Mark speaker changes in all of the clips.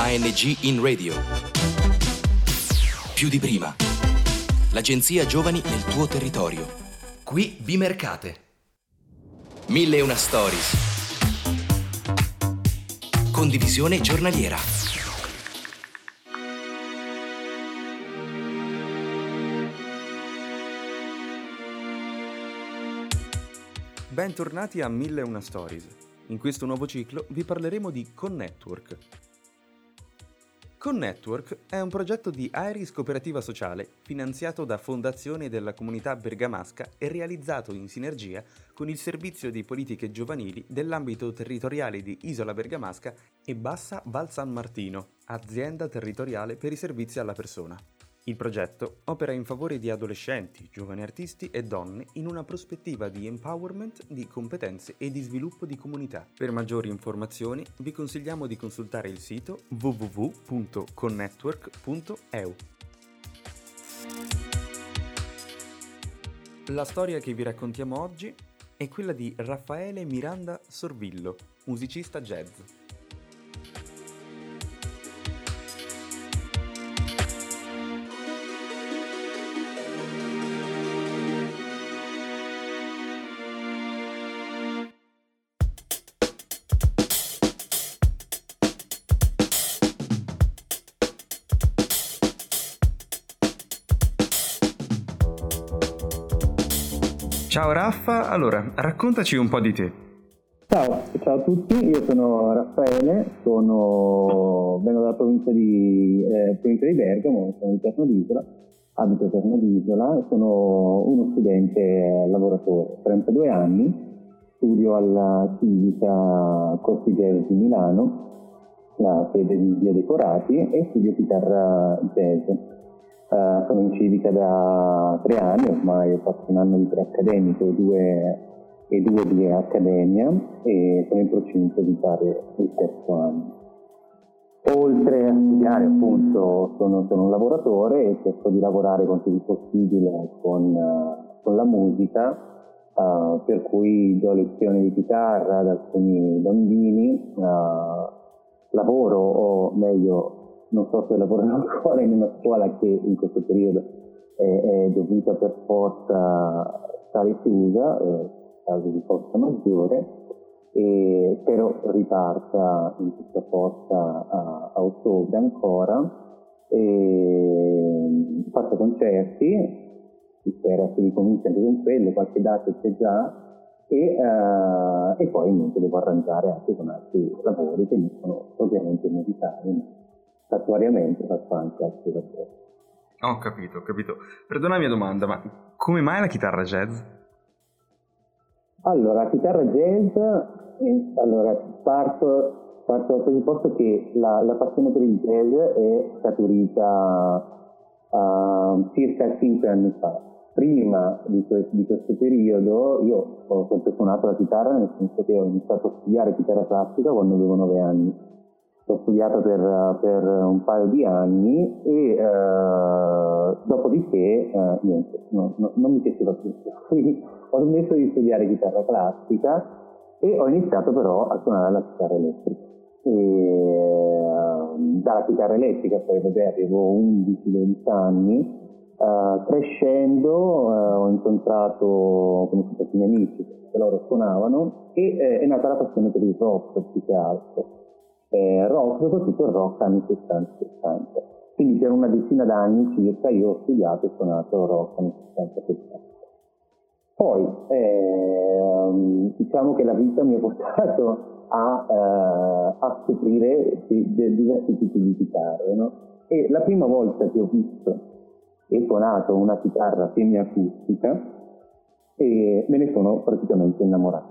Speaker 1: ANG in Radio. Più di prima. L'agenzia giovani nel tuo territorio. Qui Bimercate. 1001 Stories. Condivisione giornaliera.
Speaker 2: Bentornati a 1001 Stories. In questo nuovo ciclo vi parleremo di Connetwork. Connetwork è un progetto di Iris Cooperativa Sociale finanziato da Fondazione della Comunità Bergamasca e realizzato in sinergia con il Servizio di Politiche Giovanili dell'ambito territoriale di Isola Bergamasca e Bassa Val San Martino, azienda territoriale per i servizi alla persona. Il progetto opera in favore di adolescenti, giovani artisti e donne in una prospettiva di empowerment, di competenze e di sviluppo di comunità. Per maggiori informazioni vi consigliamo di consultare il sito www.connetwork.eu. La storia che vi raccontiamo oggi è quella di Raffaele Miranda Sorvillo, musicista jazz. Ciao Raffa, allora raccontaci un po' di te.
Speaker 3: Ciao a tutti, io sono Raffaele, vengo dalla provincia di Bergamo, sono di Terno d'Isola, abito a Terno d'Isola, sono uno studente lavoratore, 32 anni, studio alla Civica Corsi Jazz di Milano, la sede di Via Decorati, e studio chitarra jazz. Sono in Civica da 3 anni, ormai ho fatto un anno di preaccademico e due di accademia, e sono in procinto di fare il terzo anno. Oltre a studiare, appunto, sono un lavoratore e cerco di lavorare quanto più possibile con la musica, per cui do lezioni di chitarra ad alcuni bambini, lavoro, o meglio, non so se lavorano ancora in una scuola che in questo periodo è dovuta per forza stare chiusa, caso di forza maggiore, però riparta in tutta forza a ottobre ancora. Faccio concerti, si spera che ricominci anche con quello, qualche data c'è già, e poi niente, devo arrangiare anche con altri lavori che mi sono ovviamente musicali. Attuariamente faccio anche altri lavori.
Speaker 2: Ho capito. Perdona la mia domanda, ma come mai la chitarra jazz?
Speaker 3: Allora, la chitarra jazz, parto dal presupposto che la passione per il jazz è scaturita circa 5 anni fa. Prima di questo periodo io ho sempre suonato la chitarra, nel senso che ho iniziato a studiare chitarra classica quando avevo 9 anni. L'ho studiato per un paio di anni e dopodiché niente, non mi piaceva più, quindi ho smesso di studiare chitarra classica e ho iniziato però a suonare la chitarra elettrica. Dalla chitarra elettrica poi avevo 11-12 anni, crescendo ho incontrato, ho conosciuto alcuni amici che loro suonavano, e è nata la passione per il rock più che altro. Rock, soprattutto il rock anni 60-70. Quindi per una decina d'anni circa io ho studiato e suonato rock anni 60-70. Poi diciamo che la vita mi ha portato a scoprire diversi tipi di chitarre, no? E la prima volta che ho visto e suonato una chitarra semiacustica, e me ne sono praticamente innamorato.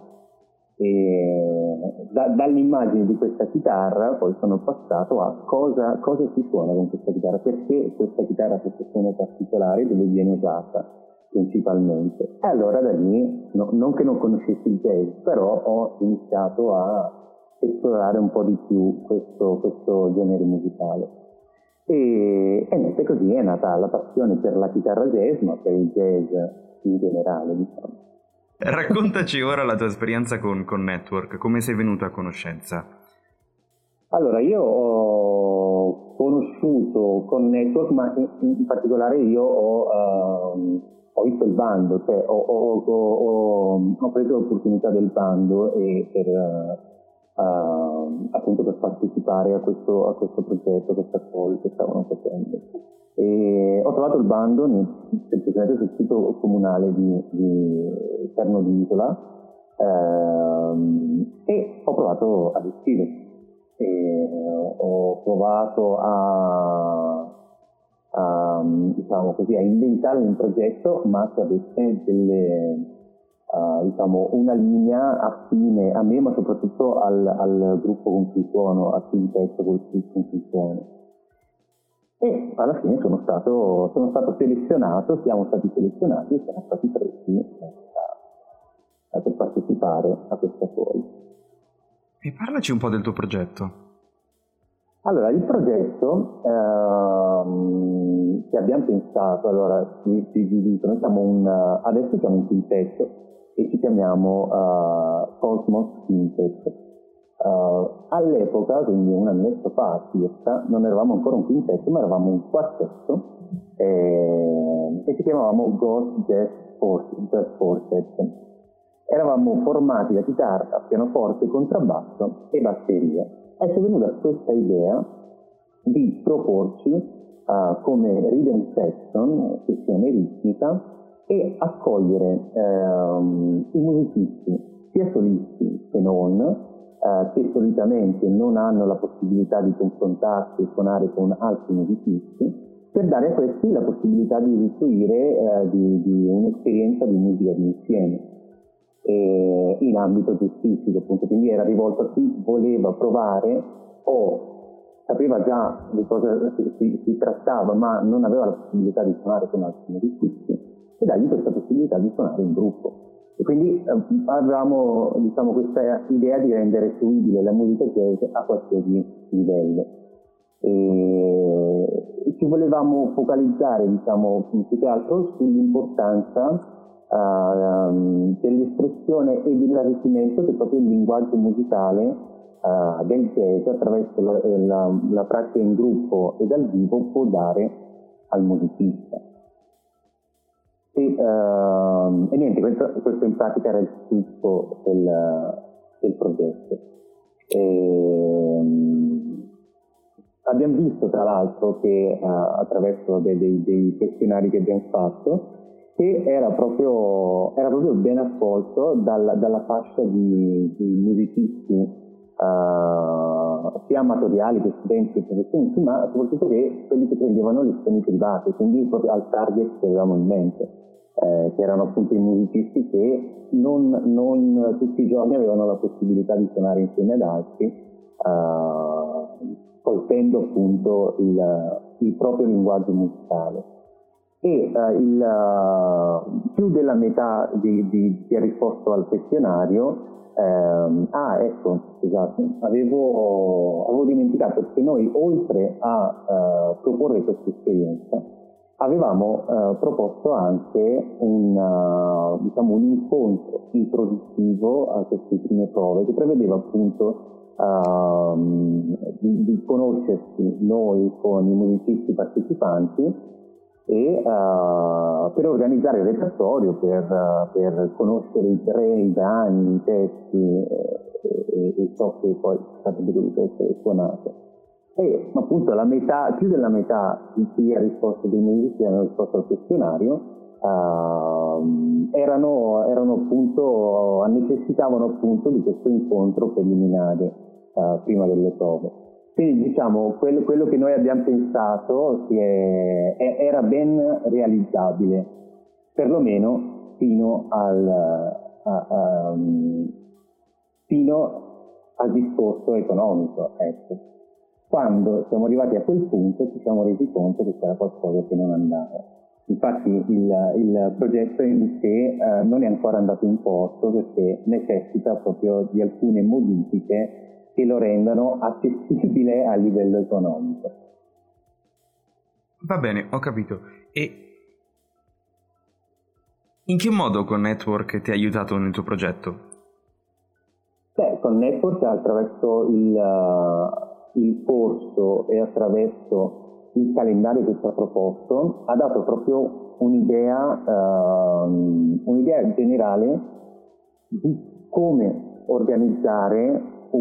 Speaker 3: E dall'immagine di questa chitarra poi sono passato a cosa si suona con questa chitarra, perché questa chitarra ha questo suono particolare, dove viene usata principalmente. E allora da lì, non che non conoscessi il jazz, però ho iniziato a esplorare un po' di più questo genere musicale. E niente, così è nata la passione per la chitarra jazz, ma per il jazz in generale, diciamo.
Speaker 2: Raccontaci ora la tua esperienza con Network, come sei venuta a conoscenza?
Speaker 3: Allora, io conosciuto con Network, ma in particolare io ho visto il bando, cioè ho preso l'opportunità del bando e appunto per partecipare a questo progetto, questa call che stavano facendo. E ho trovato il bando semplicemente sul sito comunale di Terno di Isola e ho provato ad iscrivermi. Ho provato diciamo così, a inventare un progetto, ma che avesse diciamo una linea affine a me, ma soprattutto al gruppo con cui suono, al team testo con cui suono. E alla fine sono stato selezionato, siamo stati selezionati e siamo stati presi per partecipare a questa call.
Speaker 2: E parlaci un po' del tuo progetto.
Speaker 3: Allora, il progetto che abbiamo pensato, allora noi siamo adesso siamo un quintetto e ci chiamiamo Cosmos Quintet. All'epoca, quindi un annetto fa circa, non eravamo ancora un quintetto, ma eravamo un quartetto e ci chiamavamo Ghost Jazz Quartet. Eravamo formati da chitarra, pianoforte, contrabbasso e batteria. È venuta questa idea di proporci come rhythm section, sessione ritmica, e accogliere i musicisti, sia solisti che non, che solitamente non hanno la possibilità di confrontarsi e suonare con altri musicisti, per dare a questi la possibilità di usufruire di un'esperienza di musica di insieme in ambito jazzistico, appunto. Quindi era rivolto a chi voleva provare o sapeva già di cosa si trattava, ma non aveva la possibilità di suonare con altri musicisti, e dargli questa possibilità di suonare in gruppo. E quindi avevamo, diciamo, questa idea di rendere fruibile la musica jazz a qualsiasi livello. E ci volevamo focalizzare, diciamo, più che altro sull'importanza dell'espressione e dell'arricchimento che proprio il linguaggio musicale del jazz, attraverso la pratica in gruppo e dal vivo, può dare al musicista. E niente, questo in pratica era il succo del progetto. Abbiamo visto tra l'altro che attraverso dei questionari che abbiamo fatto, che era proprio ben accolto dalla fascia di musicisti sia amatoriali che studenti e professionisti, ma soprattutto quelli che prendevano lezioni private, quindi proprio al target che avevamo in mente, che erano appunto i musicisti che non tutti i giorni avevano la possibilità di suonare insieme ad altri, colpendo appunto il proprio linguaggio musicale. E più della metà di ha risposto al questionario. Ecco, scusate, avevo dimenticato che noi, oltre a proporre questa esperienza, avevamo proposto anche un incontro introduttivo a queste prime prove, che prevedeva appunto di conoscersi noi con i musicisti partecipanti, e per organizzare il repertorio, per conoscere i brani, i testi e ciò che poi sarebbe dovuto essere suonato. E appunto più della metà di chi ha risposto, dei musicisti hanno risposto al questionario, necessitavano appunto di questo incontro preliminare prima delle prove. Quindi diciamo quello che noi abbiamo pensato era ben realizzabile, perlomeno fino al discorso economico, ecco. Quando siamo arrivati a quel punto ci siamo resi conto che c'era qualcosa che non andava. Infatti il progetto in sé non è ancora andato in porto, perché necessita proprio di alcune modifiche che lo rendano accessibile a livello economico.
Speaker 2: Va bene, ho capito. E in che modo con Network ti ha aiutato nel tuo progetto?
Speaker 3: Con Network attraverso il corso e attraverso il calendario che ci ha proposto, ha dato proprio un'idea generale di come organizzare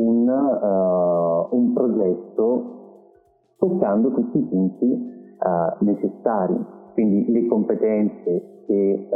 Speaker 3: un progetto toccando tutti i punti necessari, quindi le competenze che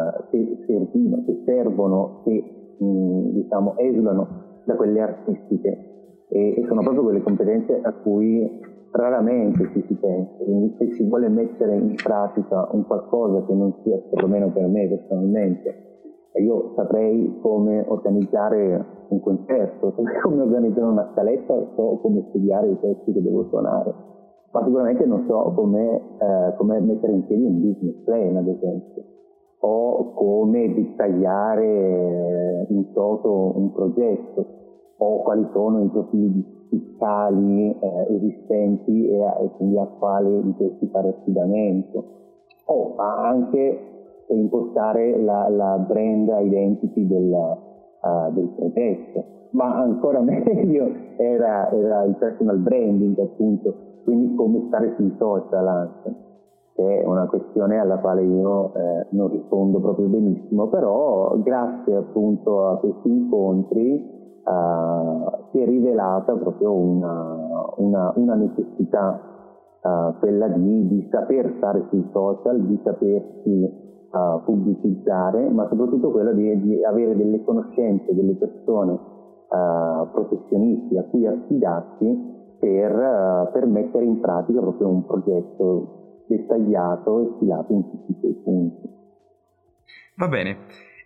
Speaker 3: servono, che esulano da quelle artistiche e sono proprio quelle competenze a cui raramente ci si pensa. Quindi se si vuole mettere in pratica un qualcosa che non sia, perlomeno per me personalmente, io saprei come organizzare un concerto, come organizzare una scaletta, so come studiare i testi che devo suonare, ma sicuramente non so come mettere in piedi un business plan, ad esempio, o come dettagliare in toto un progetto, o quali sono i profili fiscali esistenti e quindi a quale di questi fare affidamento, o anche impostare la brand identity del progetto. Ma ancora meglio era il personal branding, appunto, quindi come stare sui social anche, che è una questione alla quale io non rispondo proprio benissimo, però grazie appunto a questi incontri si è rivelata proprio una necessità, quella di saper stare sui social, di sapersi pubblicizzare, ma soprattutto quella di avere delle conoscenze, delle persone professionisti a cui affidarsi per mettere in pratica proprio un progetto dettagliato e stilato in tutti i suoi punti.
Speaker 2: Va bene.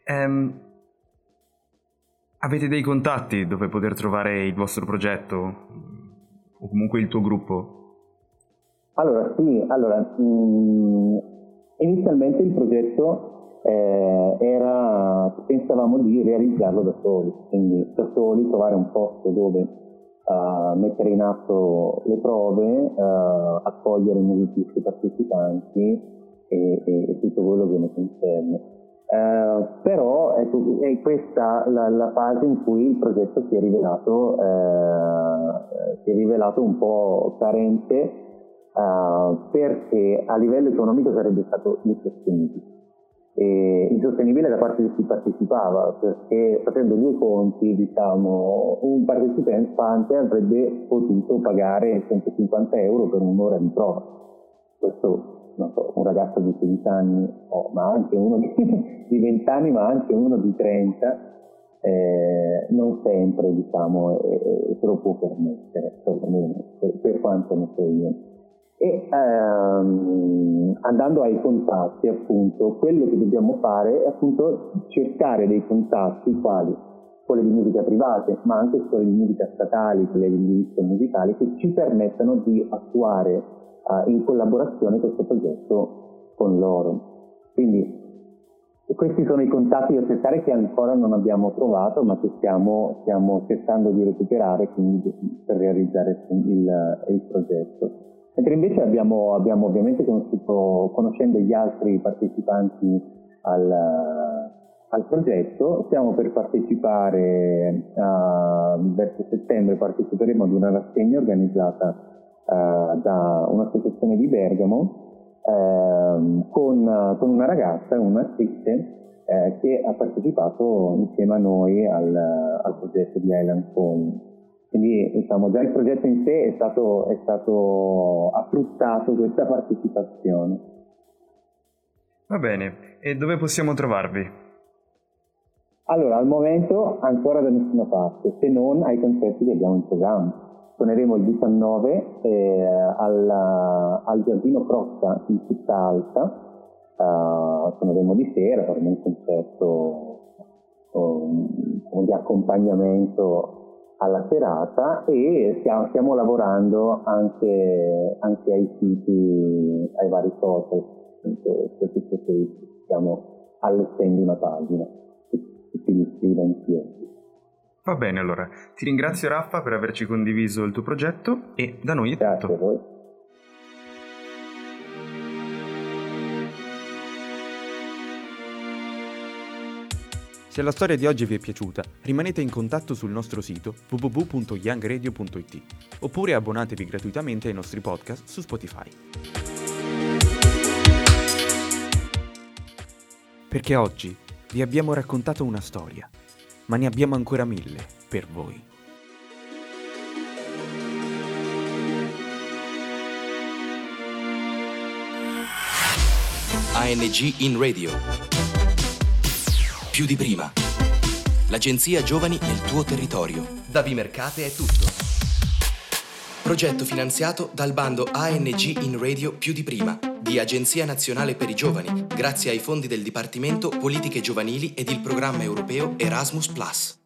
Speaker 2: Avete dei contatti dove poter trovare il vostro progetto o comunque il tuo gruppo?
Speaker 3: Allora, sì, inizialmente il progetto pensavamo di realizzarlo da soli, quindi da soli trovare un posto dove mettere in atto le prove, accogliere i musicisti partecipanti e tutto quello che ne concerne. Però ecco, è questa la fase in cui il progetto si è rivelato un po' carente, perché a livello economico sarebbe stato insostenibile da parte di chi partecipava, perché facendo due conti, diciamo, un partecipante avrebbe potuto pagare 150 euro per un'ora di prova. Questo, non so, un ragazzo di 16 anni, ma anche uno di 20 anni, ma anche uno di 30, non sempre, diciamo, se lo può permettere, perlomeno per quanto ne so io. E andando ai contatti, appunto, quello che dobbiamo fare è appunto cercare dei contatti quali scuole di musica private, ma anche scuole di musica statali, quelle di indirizzo musicale, che ci permettano di attuare in collaborazione questo progetto con loro. Quindi questi sono i contatti da cercare che ancora non abbiamo trovato, ma che stiamo cercando di recuperare quindi per realizzare il progetto. Mentre invece abbiamo ovviamente conoscendo gli altri partecipanti al progetto, stiamo per partecipare, verso settembre parteciperemo ad una rassegna organizzata da un'associazione di Bergamo con una ragazza, un'attrice che ha partecipato insieme a noi al progetto di Island Phone. Quindi diciamo già il progetto in sé è stato affruttato questa partecipazione.
Speaker 2: Va bene, e dove possiamo trovarvi?
Speaker 3: Allora, al momento ancora da nessuna parte, se non ai concerti che abbiamo in programma. Suoneremo il 19 al Giardino Crosta in Città Alta, suoneremo di sera, faremo un concerto di accompagnamento alla serata e stiamo lavorando anche ai siti, ai vari social, per tutto che stiamo allestendo una pagina che si iscriva insieme.
Speaker 2: Va bene, allora ti ringrazio Raffa per averci condiviso il tuo progetto e da noi è tutto.
Speaker 3: Grazie a voi.
Speaker 2: Se la storia di oggi vi è piaciuta, rimanete in contatto sul nostro sito www.youngradio.it oppure abbonatevi gratuitamente ai nostri podcast su Spotify. Perché oggi vi abbiamo raccontato una storia, ma ne abbiamo ancora 1000 per voi.
Speaker 1: ANG in Radio. Più di prima. L'agenzia Giovani nel tuo territorio. Da Vimercate è tutto. Progetto finanziato dal bando ANG in Radio Più di prima di Agenzia Nazionale per i Giovani, grazie ai fondi del Dipartimento Politiche Giovanili ed il programma europeo Erasmus+.